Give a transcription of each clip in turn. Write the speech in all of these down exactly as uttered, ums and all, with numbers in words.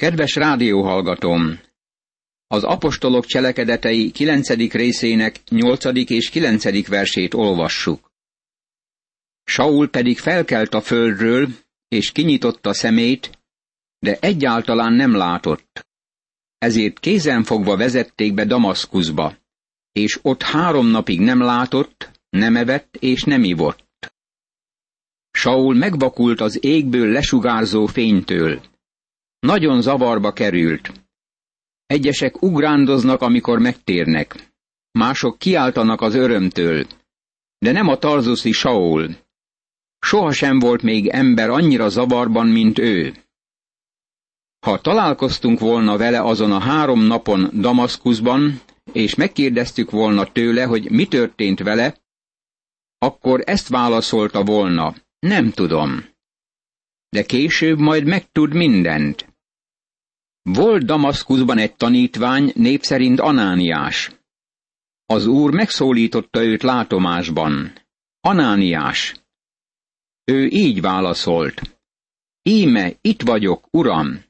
Kedves rádióhallgatóm! Az apostolok cselekedetei kilencedik részének nyolcadik és kilencedik versét olvassuk. Saul pedig felkelt a földről, és kinyitotta szemét, de egyáltalán nem látott. Ezért kézenfogva vezették be Damaszkuszba, és ott három napig nem látott, nem evett és nem ivott. Saul megvakult az égből lesugárzó fénytől. Nagyon zavarba került. Egyesek ugrándoznak, amikor megtérnek. Mások kiáltanak az örömtől. De nem a tarzuszi Saul. Sohasem volt még ember annyira zavarban, mint ő. Ha találkoztunk volna vele azon a három napon Damaszkuszban, és megkérdeztük volna tőle, hogy mi történt vele, akkor ezt válaszolta volna: nem tudom. De később majd megtud mindent. Volt Damaszkuszban egy tanítvány, név szerint Anániás. Az Úr megszólította őt látomásban: Anániás! Ő így válaszolt: íme, itt vagyok, Uram!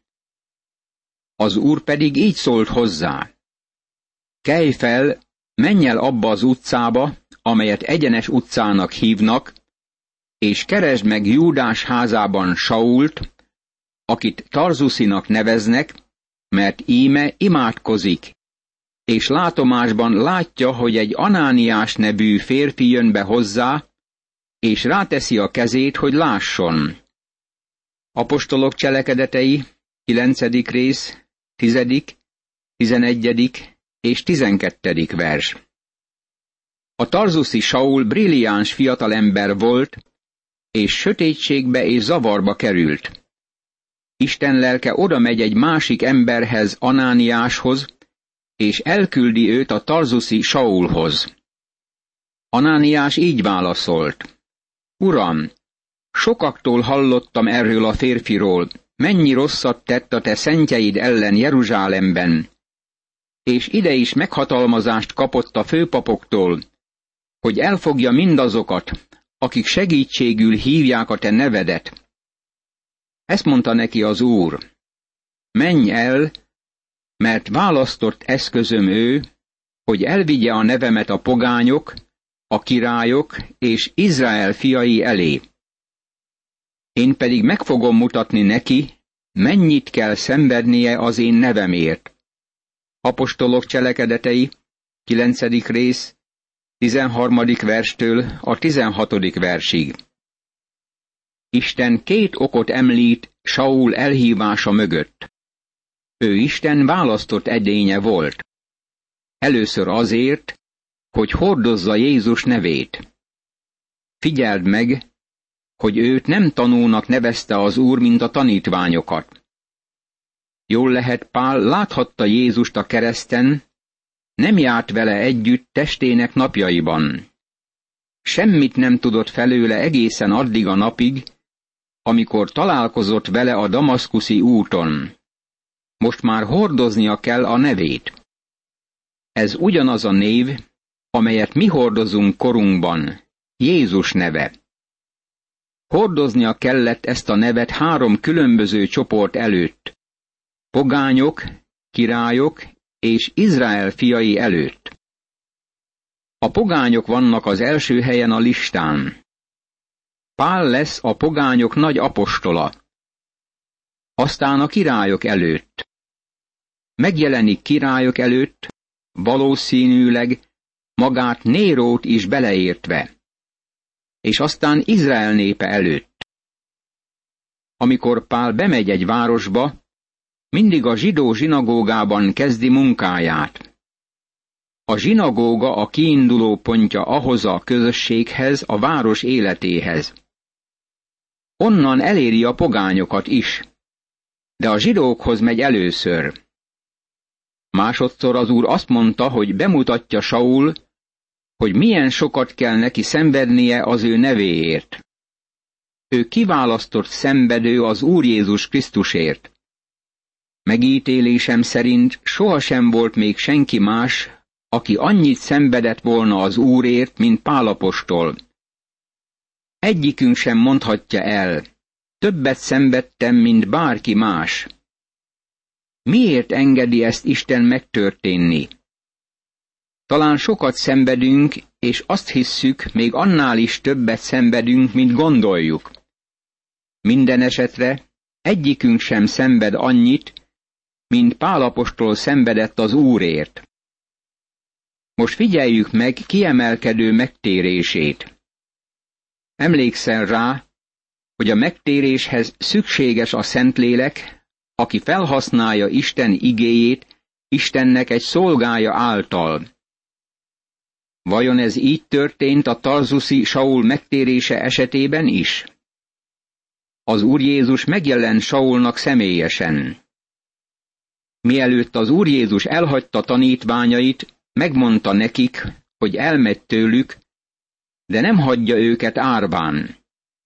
Az Úr pedig így szólt hozzá: kelj fel, menj el abba az utcába, amelyet Egyenes utcának hívnak, és keresd meg Júdás házában Sault, akit Tarzuszinak neveznek, mert íme imádkozik, és látomásban látja, hogy egy Anániás nevű férfi jön be hozzá, és ráteszi a kezét, hogy lásson. Apostolok cselekedetei, kilencedik rész, tizedik, tizenegyedik és tizenkettedik vers. A tarzuszi Saul brilliáns fiatalember volt, és sötétségbe és zavarba került. Isten lelke oda megy egy másik emberhez, Anániáshoz, és elküldi őt a tarzuszi Saulhoz. Anániás így válaszolt: Uram, sokaktól hallottam erről a férfiról, mennyi rosszat tett a te szentjeid ellen Jeruzsálemben, és ide is meghatalmazást kapott a főpapoktól, hogy elfogja mindazokat, akik segítségül hívják a te nevedet. Ezt mondta neki az Úr: menj el, mert választott eszközöm ő, hogy elvigye a nevemet a pogányok, a királyok és Izrael fiai elé. Én pedig meg fogom mutatni neki, mennyit kell szenvednie az én nevemért. Apostolok cselekedetei, kilencedik rész, tizenharmadik verstől a tizenhatodik versig. Isten két okot említ Saul elhívása mögött. Ő Isten választott edénye volt. Először azért, hogy hordozza Jézus nevét. Figyeld meg, hogy őt nem tanúnak nevezte az Úr, mint a tanítványokat. Jól lehet, Pál láthatta Jézust a kereszten, nem járt vele együtt testének napjaiban. Semmit nem tudott felőle egészen addig a napig, amikor találkozott vele a damaszkuszi úton. Most már hordoznia kell a nevét. Ez ugyanaz a név, amelyet mi hordozunk korunkban, Jézus neve. Hordoznia kellett ezt a nevet három különböző csoport előtt: pogányok, királyok és Izrael fiai előtt. A pogányok vannak az első helyen a listán. Pál lesz a pogányok nagy apostola. Aztán a királyok előtt. Megjelenik királyok előtt, valószínűleg magát Nérót is beleértve. És aztán Izrael népe előtt. Amikor Pál bemegy egy városba, mindig a zsidó zsinagógában kezdi munkáját. A zsinagóga a kiinduló pontja ahhoz a közösséghez, a város életéhez. Onnan eléri a pogányokat is, de a zsidókhoz megy először. Másodszor az Úr azt mondta, hogy bemutatja Saul, hogy milyen sokat kell neki szenvednie az ő nevéért. Ő kiválasztott szenvedő az Úr Jézus Krisztusért. Megítélésem szerint sohasem volt még senki más, aki annyit szenvedett volna az Úrért, mint Pál apostol. Egyikünk sem mondhatja el: többet szenvedtem, mint bárki más. Miért engedi ezt Isten megtörténni? Talán sokat szenvedünk, és azt hisszük, még annál is többet szenvedünk, mint gondoljuk. Minden esetre egyikünk sem szenved annyit, mint Pál apostol szenvedett az Úrért. Most figyeljük meg kiemelkedő megtérését. Emlékszel rá, hogy a megtéréshez szükséges a Szentlélek, aki felhasználja Isten igéjét Istennek egy szolgája által. Vajon ez így történt a tarzuszi Saul megtérése esetében is? Az Úr Jézus megjelent Saulnak személyesen. Mielőtt az Úr Jézus elhagyta tanítványait, megmondta nekik, hogy elmegy tőlük, de nem hagyja őket árván.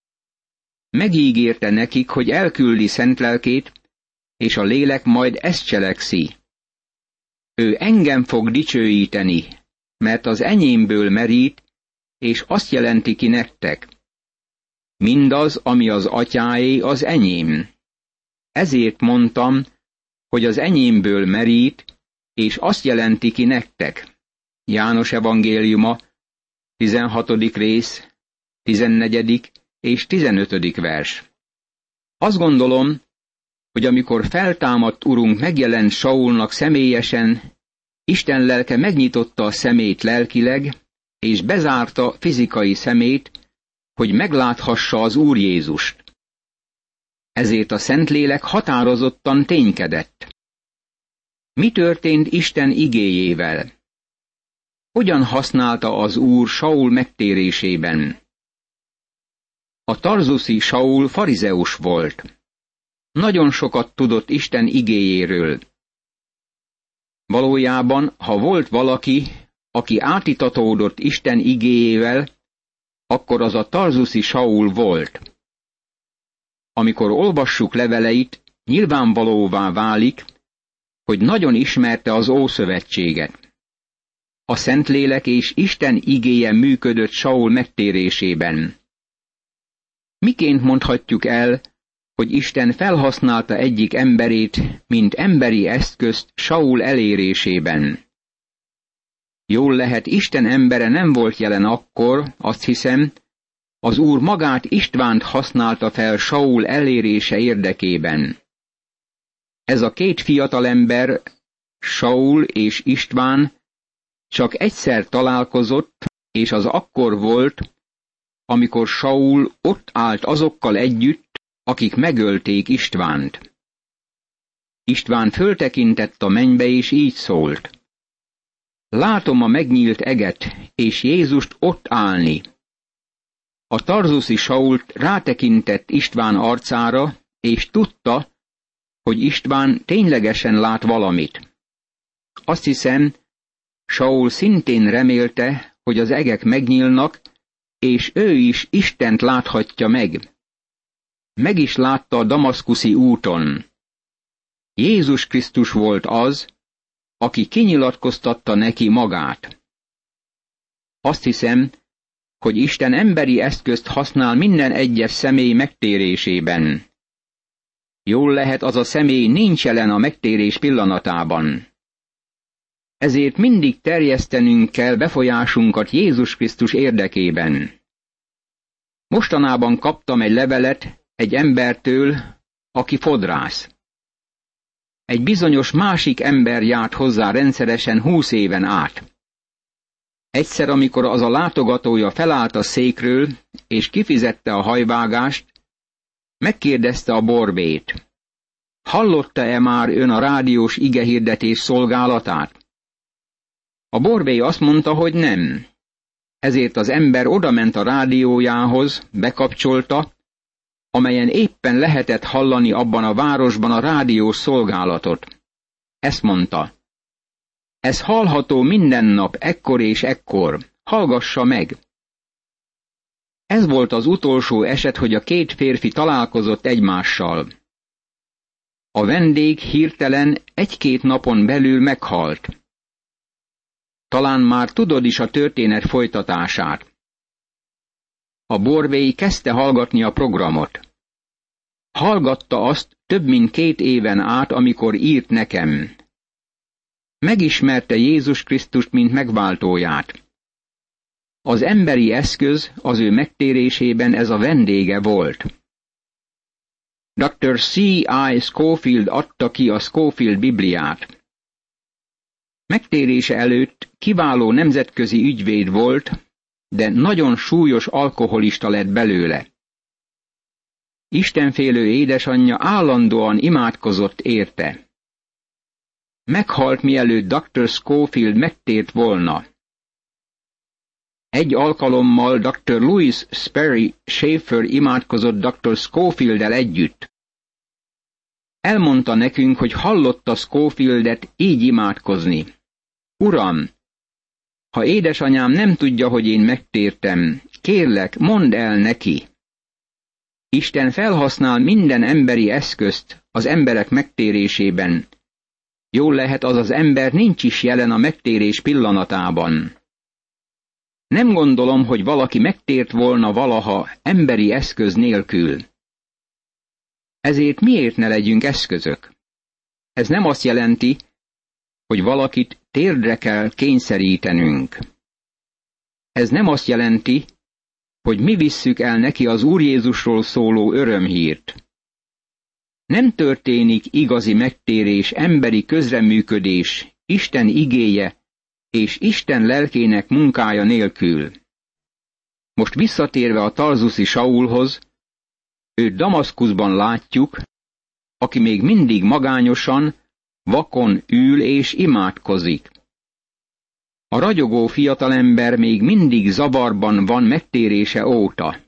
Megígérte nekik, hogy elküldi szent lelkét, és a lélek majd ezt cselekszi. Ő engem fog dicsőíteni, mert az enyémből merít, és azt jelenti ki nektek. Mindaz, ami az atyáé, az enyém. Ezért mondtam, hogy az enyémből merít, és azt jelenti ki nektek. János evangéliuma, tizenhatodik rész, tizennegyedik és tizenötödik vers. Azt gondolom, hogy amikor feltámadt Urunk megjelent Saulnak személyesen, Isten lelke megnyitotta a szemét lelkileg, és bezárta fizikai szemét, hogy megláthassa az Úr Jézust. Ezért a Szentlélek határozottan ténykedett. Mi történt Isten igéjével? Hogyan használta az Úr Saul megtérésében? A tarzuszi Saul farizeus volt. Nagyon sokat tudott Isten igéjéről. Valójában, ha volt valaki, aki átitatódott Isten igéjével, akkor az a tarzuszi Saul volt. Amikor olvassuk leveleit, nyilvánvalóvá válik, hogy nagyon ismerte az Ószövetséget. A Szentlélek és Isten igéje működött Saul megtérésében. Miként mondhatjuk el, hogy Isten felhasználta egyik emberét, mint emberi eszközt Saul elérésében? Jól lehet, Isten embere nem volt jelen akkor, azt hiszem, az Úr magát Istvánt használta fel Saul elérése érdekében. Ez a két fiatalember, Saul és István, csak egyszer találkozott, és az akkor volt, amikor Saul ott állt azokkal együtt, akik megölték Istvánt. István föltekintett a mennybe, és így szólt: Látom a megnyílt eget, és Jézust ott állni. A tarzuszi Saul rátekintett István arcára, és tudta, hogy István ténylegesen lát valamit. Azt hiszem, Saul szintén remélte, hogy az egek megnyílnak, és ő is Istent láthatja meg. Meg is látta a damaszkuszi úton. Jézus Krisztus volt az, aki kinyilatkoztatta neki magát. Azt hiszem, hogy Isten emberi eszközt használ minden egyes személy megtérésében. Jól lehet, az a személy nincs jelen a megtérés pillanatában. Ezért mindig terjesztenünk kell befolyásunkat Jézus Krisztus érdekében. Mostanában kaptam egy levelet egy embertől, aki fodrász. Egy bizonyos másik ember járt hozzá rendszeresen húsz éven át. Egyszer, amikor az a látogatója felállt a székről, és kifizette a hajvágást, megkérdezte a borbét: Hallotta-e már ön a rádiós igehirdetés szolgálatát? A borbé azt mondta, hogy nem. Ezért az ember odament a rádiójához, bekapcsolta, amelyen éppen lehetett hallani abban a városban a rádiós szolgálatot. Ezt mondta: Ez hallható minden nap, ekkor és ekkor. Hallgassa meg! Ez volt az utolsó eset, hogy a két férfi találkozott egymással. A vendég hirtelen egy-két napon belül meghalt. Talán már tudod is a történet folytatását. A borbély kezdte hallgatni a programot. Hallgatta azt több mint két éven át, amikor írt nekem. Megismerte Jézus Krisztust, mint megváltóját. Az emberi eszköz az ő megtérésében ez a vendége volt. doktor C I Scofield adta ki a Scofield Bibliát. Megtérése előtt kiváló nemzetközi ügyvéd volt, de nagyon súlyos alkoholista lett belőle. Istenfélő édesanyja állandóan imádkozott érte. Meghalt, mielőtt doktor Scofield megtért volna. Egy alkalommal doktor Louis Sperry Schaeffer imádkozott doktor Scofielddel együtt. Elmondta nekünk, hogy hallotta Scofieldet így imádkozni. Uram, ha édesanyám nem tudja, hogy én megtértem, kérlek, mondd el neki. Isten felhasznál minden emberi eszközt az emberek megtérésében. Jól lehet, az az ember nincs is jelen a megtérés pillanatában. Nem gondolom, hogy valaki megtért volna valaha emberi eszköz nélkül. Ezért miért ne legyünk eszközök? Ez nem azt jelenti, hogy valakit térdre kell kényszerítenünk. Ez nem azt jelenti, hogy mi visszük el neki az Úr Jézusról szóló örömhírt. Nem történik igazi megtérés, emberi közreműködés, Isten igéje és Isten lelkének munkája nélkül. Most visszatérve a tarzuszi Saulhoz, őt Damaszkuszban látjuk, aki még mindig magányosan, vakon ül és imádkozik. A ragyogó fiatalember még mindig zavarban van megtérése óta.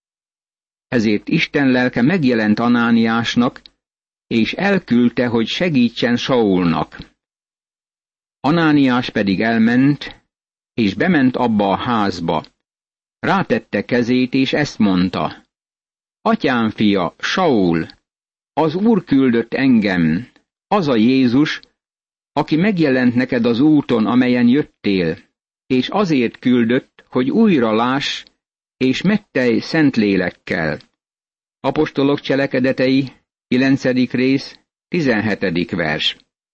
Ezért Isten lelke megjelent Anániásnak, és elküldte, hogy segítsen Saulnak. Anániás pedig elment, és bement abba a házba. Rátette kezét, és ezt mondta: Atyám fia, Saul, az Úr küldött engem, az a Jézus, aki megjelent neked az úton, amelyen jöttél, és azért küldött, hogy újra láss, és megtelj szent lélekkel. Apostolok cselekedetei, kilencedik rész, tizenhetedik vers.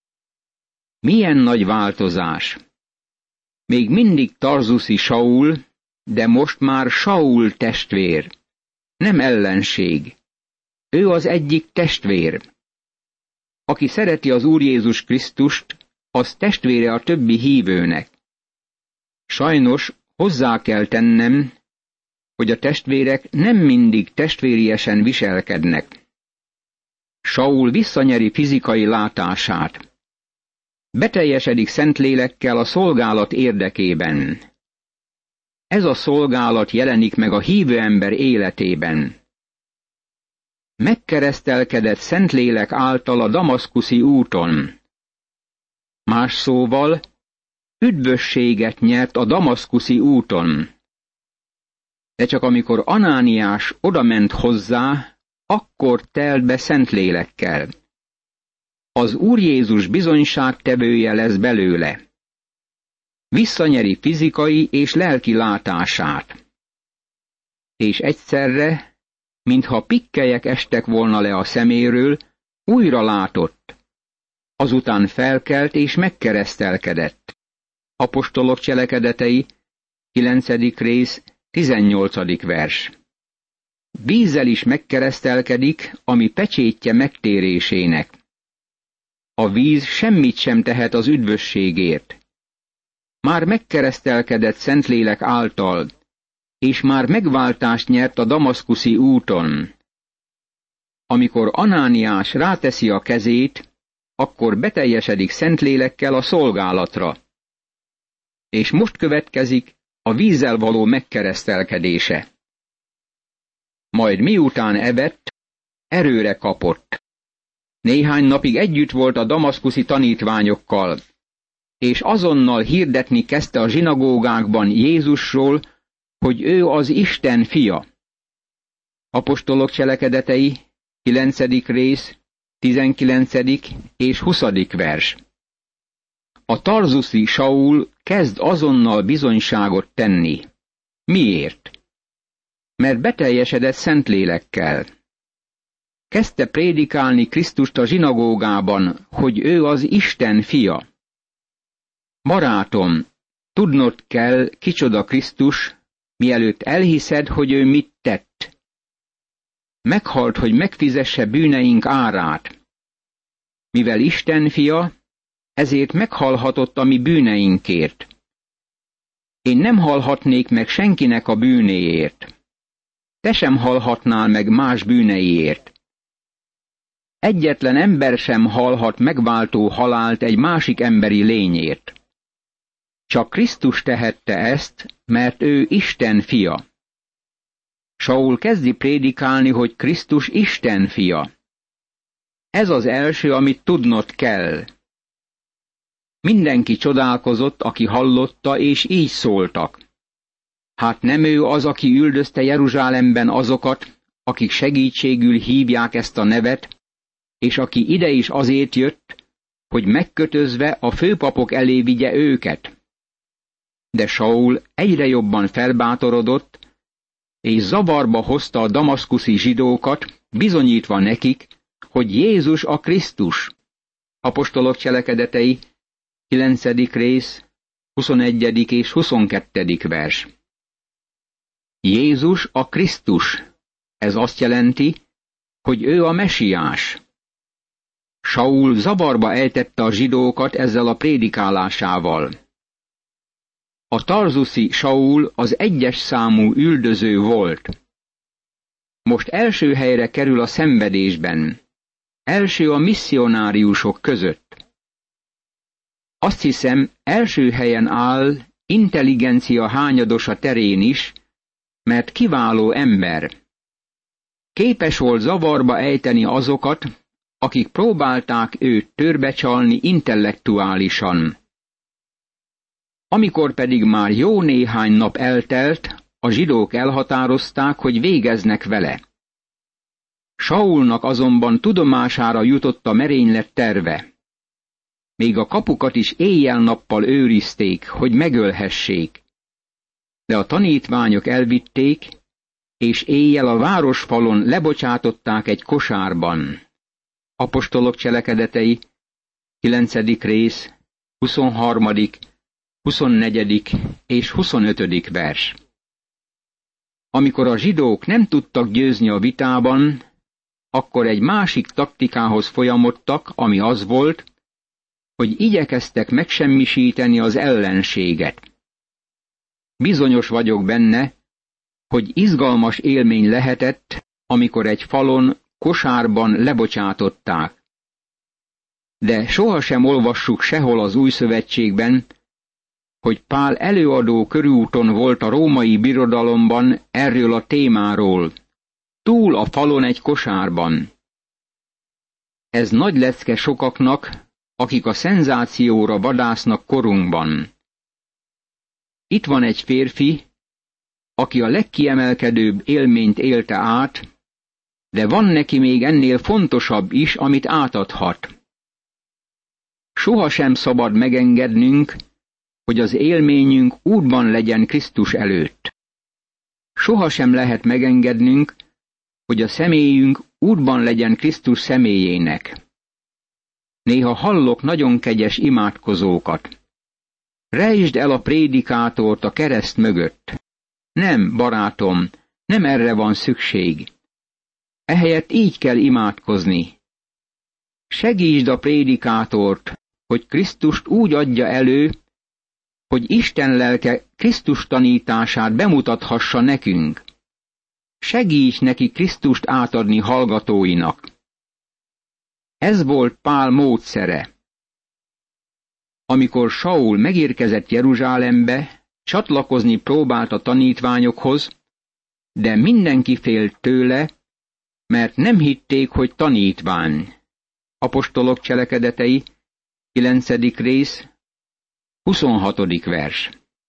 Milyen nagy változás! Még mindig tarzuszi Saul, de most már Saul testvér, nem ellenség. Ő az egyik testvér. Aki szereti az Úr Jézus Krisztust, az testvére a többi hívőnek. Sajnos hozzá kell tennem, hogy a testvérek nem mindig testvériesen viselkednek. Saul visszanyeri fizikai látását. Beteljesedik Szentlélekkel a szolgálat érdekében. Ez a szolgálat jelenik meg a hívő ember életében. Megkeresztelkedett Szentlélek által a damaszkuszi úton. Más szóval, üdvösséget nyert a damaszkuszi úton. De csak amikor Anániás odament hozzá, akkor telt be Szentlélekkel. Az Úr Jézus bizonyságtevője lesz belőle. Visszanyeri fizikai és lelki látását. És egyszerre, mintha pikkelyek estek volna le a szeméről, újra látott. Azután felkelt és megkeresztelkedett. Apostolok cselekedetei, kilencedik rész, tizennyolcadik vers. Vízzel is megkeresztelkedik, ami pecsétje megtérésének. A víz semmit sem tehet az üdvösségért. Már megkeresztelkedett Szentlélek által, és már megváltást nyert a damaszkuszi úton. Amikor Anániás ráteszi a kezét, akkor beteljesedik Szentlélekkel a szolgálatra. És most következik a vízzel való megkeresztelkedése. Majd miután evett, erőre kapott. Néhány napig együtt volt a damaszkuszi tanítványokkal, és azonnal hirdetni kezdte a zsinagógákban Jézusról, hogy ő az Isten fia. Apostolok cselekedetei, kilencedik rész, tizenkilencedik és huszadik vers. A tarzuszi Saul kezd azonnal bizonyságot tenni. Miért? Mert beteljesedett Szentlélekkel. kezdte prédikálni Krisztust a zsinagógában, hogy ő az Isten fia. Barátom, tudnod kell, kicsoda Krisztus, mielőtt elhiszed, hogy ő mit tett. Meghalt, hogy megfizesse bűneink árát. Mivel Isten fia, ezért meghalhatott a mi bűneinkért. Én nem halhatnék meg senkinek a bűnéért. Te sem halhatnál meg más bűneiért. Egyetlen ember sem halhat megváltó halált egy másik emberi lényért. Csak Krisztus tehette ezt, mert ő Isten fia. Saul kezdi prédikálni, hogy Krisztus Isten fia. Ez az első, amit tudnod kell. Mindenki csodálkozott, aki hallotta, és így szóltak. Hát nem ő az, aki üldözte Jeruzsálemben azokat, akik segítségül hívják ezt a nevet, és aki ide is azért jött, hogy megkötözve a főpapok elé vigye őket. De Saul egyre jobban felbátorodott, és zavarba hozta a damaszkuszi zsidókat, bizonyítva nekik, hogy Jézus a Krisztus. Apostolok cselekedetei, kilencedik rész, huszonegyedik és huszonkettedik vers. Jézus a Krisztus. Ez azt jelenti, hogy ő a mesiás. Saul zavarba ejtette a zsidókat ezzel a prédikálásával. A tarzuszi Saul az egyes számú üldöző volt. Most első helyre kerül a szenvedésben. Első a misszionáriusok között. Azt hiszem, első helyen áll intelligencia hányadosa terén is, mert kiváló ember. Képes volt zavarba ejteni azokat, akik próbálták őt törbecsalni intellektuálisan. Amikor pedig már jó néhány nap eltelt, a zsidók elhatározták, hogy végeznek vele. Saulnak azonban tudomására jutott a merénylet terve. Még a kapukat is éjjel-nappal őrizték, hogy megölhessék. De a tanítványok elvitték, és éjjel a városfalon lebocsátották egy kosárban. Apostolok cselekedetei, kilencedik rész, huszonharmadik, huszonnegyedik és huszonötödik vers. Amikor a zsidók nem tudtak győzni a vitában, akkor egy másik taktikához folyamodtak, ami az volt, hogy igyekeztek megsemmisíteni az ellenséget. Bizonyos vagyok benne, hogy izgalmas élmény lehetett, amikor egy falon, kosárban lebocsátották. De sohasem olvassuk sehol az Új Szövetségben, hogy Pál előadó körúton volt a római birodalomban erről a témáról, túl a falon egy kosárban. Ez nagy lecke sokaknak, akik a szenzációra vadásznak korunkban. Itt van egy férfi, aki a legkiemelkedőbb élményt élte át, de van neki még ennél fontosabb is, amit átadhat. Sohasem szabad megengednünk, hogy az élményünk útban legyen Krisztus előtt. Sohasem lehet megengednünk, hogy a személyünk útban legyen Krisztus személyének. Néha hallok nagyon kegyes imádkozókat. Rejtsd el a prédikátort a kereszt mögött. Nem, barátom, nem erre van szükség. Ehelyett így kell imádkozni. Segítsd a prédikátort, hogy Krisztust úgy adja elő, hogy Isten lelke Krisztus tanítását bemutathassa nekünk. Segíts neki Krisztust átadni hallgatóinak. Ez volt Pál módszere. Amikor Saul megérkezett Jeruzsálembe, csatlakozni próbált a tanítványokhoz, de mindenki félt tőle, mert nem hitték, hogy tanítvány. Apostolok cselekedetei, kilencedik rész, huszonhatodik vers.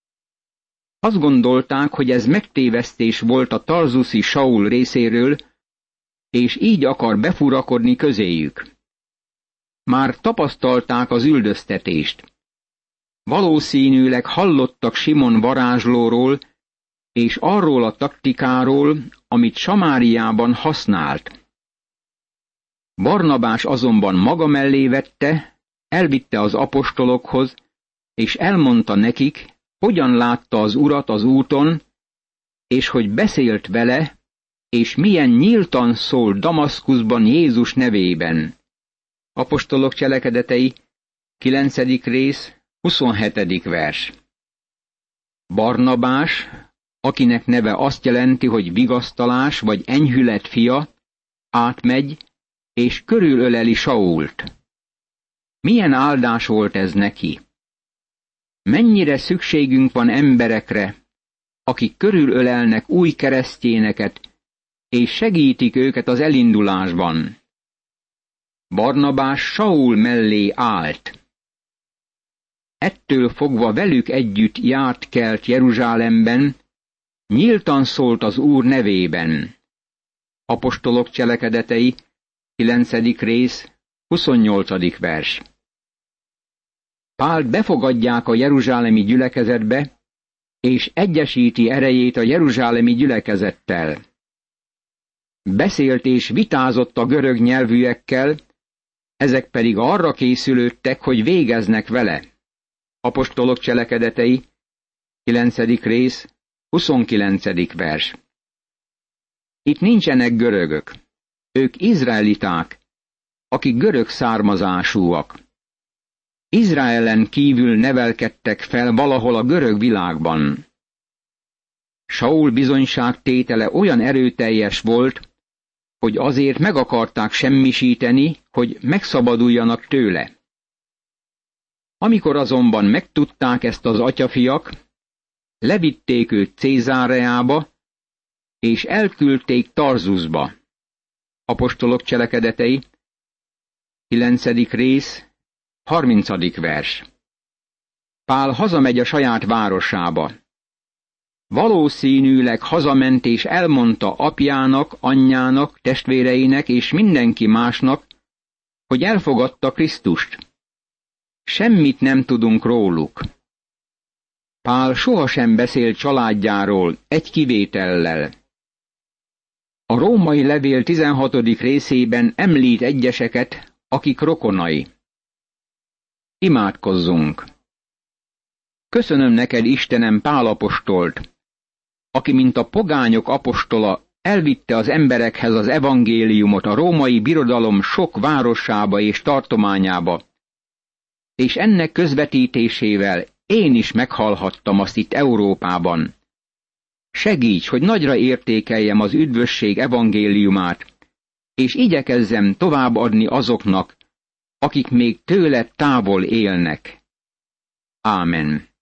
Azt gondolták, hogy ez megtévesztés volt a tarzuszi Saul részéről, és így akar befurakodni közéjük. Már tapasztalták az üldöztetést. Valószínűleg hallottak Simon varázslóról, és arról a taktikáról, amit Samáriában használt. Barnabás azonban maga mellé vette, elvitte az apostolokhoz, és elmondta nekik, hogyan látta az Urat az úton, és hogy beszélt vele, és milyen nyíltan szól Damaszkuszban Jézus nevében. Apostolok cselekedetei, kilencedik rész, huszonhetedik vers. Barnabás, akinek neve azt jelenti, hogy vigasztalás vagy enyhület fia, átmegy, és körülöleli Sault. Milyen áldás volt ez neki? Mennyire szükségünk van emberekre, akik körülölelnek új keresztjéneket, és segítik őket az elindulásban. Barnabás Saul mellé állt. Ettől fogva velük együtt járt kelt Jeruzsálemben, nyíltan szólt az Úr nevében. Apostolok cselekedetei, kilencedik rész, huszonnyolcadik vers. Pált befogadják a jeruzsálemi gyülekezetbe, és egyesíti erejét a jeruzsálemi gyülekezettel. Beszélt és vitázott a görög nyelvűekkel, ezek pedig arra készülődtek, hogy végeznek vele. Apostolok cselekedetei, kilencedik rész, huszonkilencedik vers. Itt nincsenek görögök, ők izraeliták, akik görög származásúak. Izraelen kívül nevelkedtek fel valahol a görög világban. Saul bizonyságtétele olyan erőteljes volt, hogy azért meg akarták semmisíteni, hogy megszabaduljanak tőle. Amikor azonban megtudták ezt az atyafiak, levitték őt Cézáreába, és elküldték Tarzusba. Apostolok cselekedetei, kilencedik rész, harmincadik vers. Pál hazamegy a saját városába. Valószínűleg hazament és elmondta apjának, anyjának, testvéreinek és mindenki másnak, hogy elfogadta Krisztust. Semmit nem tudunk róluk. Pál sohasem beszél családjáról, egy kivétellel. A római levél tizenhatodik részében említ egyeseket, akik rokonai. Imádkozzunk! Köszönöm neked, Istenem, Pál apostolt, aki, mint a pogányok apostola, elvitte az emberekhez az evangéliumot a római birodalom sok városába és tartományába, és ennek közvetítésével én is meghallhattam azt itt Európában. Segíts, hogy nagyra értékeljem az üdvösség evangéliumát, és igyekezzem továbbadni azoknak, akik még tőle távol élnek. Ámen.